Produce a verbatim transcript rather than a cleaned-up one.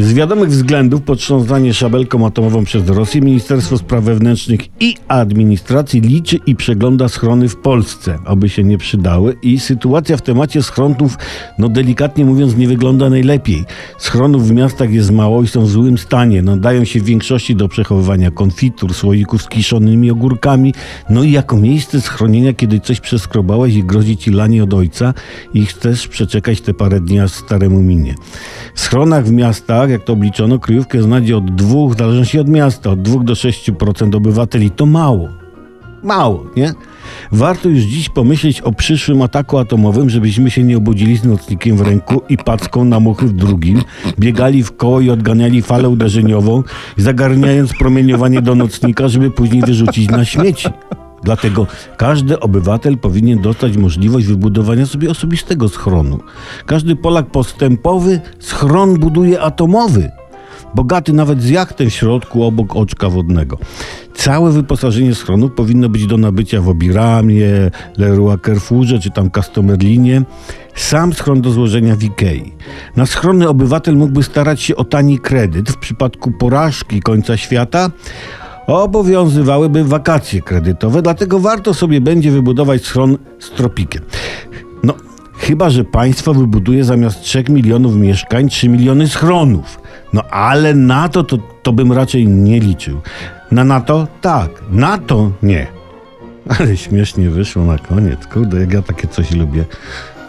Z wiadomych względów potrząsanie szabelką atomową przez Rosję Ministerstwo Spraw Wewnętrznych i Administracji liczy i przegląda schrony w Polsce, aby się nie przydały, i sytuacja w temacie schronów, no delikatnie mówiąc, nie wygląda najlepiej. Schronów w miastach jest mało i są w złym stanie. Nadają się w większości do przechowywania konfitur, słoików z kiszonymi ogórkami, no i jako miejsce schronienia, kiedy coś przeskrobałeś i grozi ci lanie od ojca i chcesz przeczekać te parę dni, aż staremu minie. W schronach w miastach, jak to obliczono, kryjówkę znajdzie od dwóch, w zależności od miasta, od dwóch do sześciu procent obywateli. To mało. Mało, nie? Warto już dziś pomyśleć o przyszłym ataku atomowym, żebyśmy się nie obudzili z nocnikiem w ręku i packą na muchy w drugim, biegali w koło i odganiali falę uderzeniową, zagarniając promieniowanie do nocnika, żeby później wyrzucić na śmieci. Dlatego każdy obywatel powinien dostać możliwość wybudowania sobie osobistego schronu. Każdy Polak postępowy schron buduje atomowy. Bogaty nawet z jachtem w środku obok oczka wodnego. Całe wyposażenie schronów powinno być do nabycia w Obiramie, Leroy Carrefourze czy tam Castomerlinie. Sam schron do złożenia w Ikei. Na schrony obywatel mógłby starać się o tani kredyt. W przypadku porażki końca świata obowiązywałyby wakacje kredytowe, dlatego warto sobie będzie wybudować schron z tropikiem. No, chyba że państwo wybuduje zamiast trzech milionów mieszkań trzy miliony schronów. No ale na to, to to bym raczej nie liczył. Na NATO? Tak. Na to nie. Ale śmiesznie wyszło na koniec. Kurde, jak ja takie coś lubię.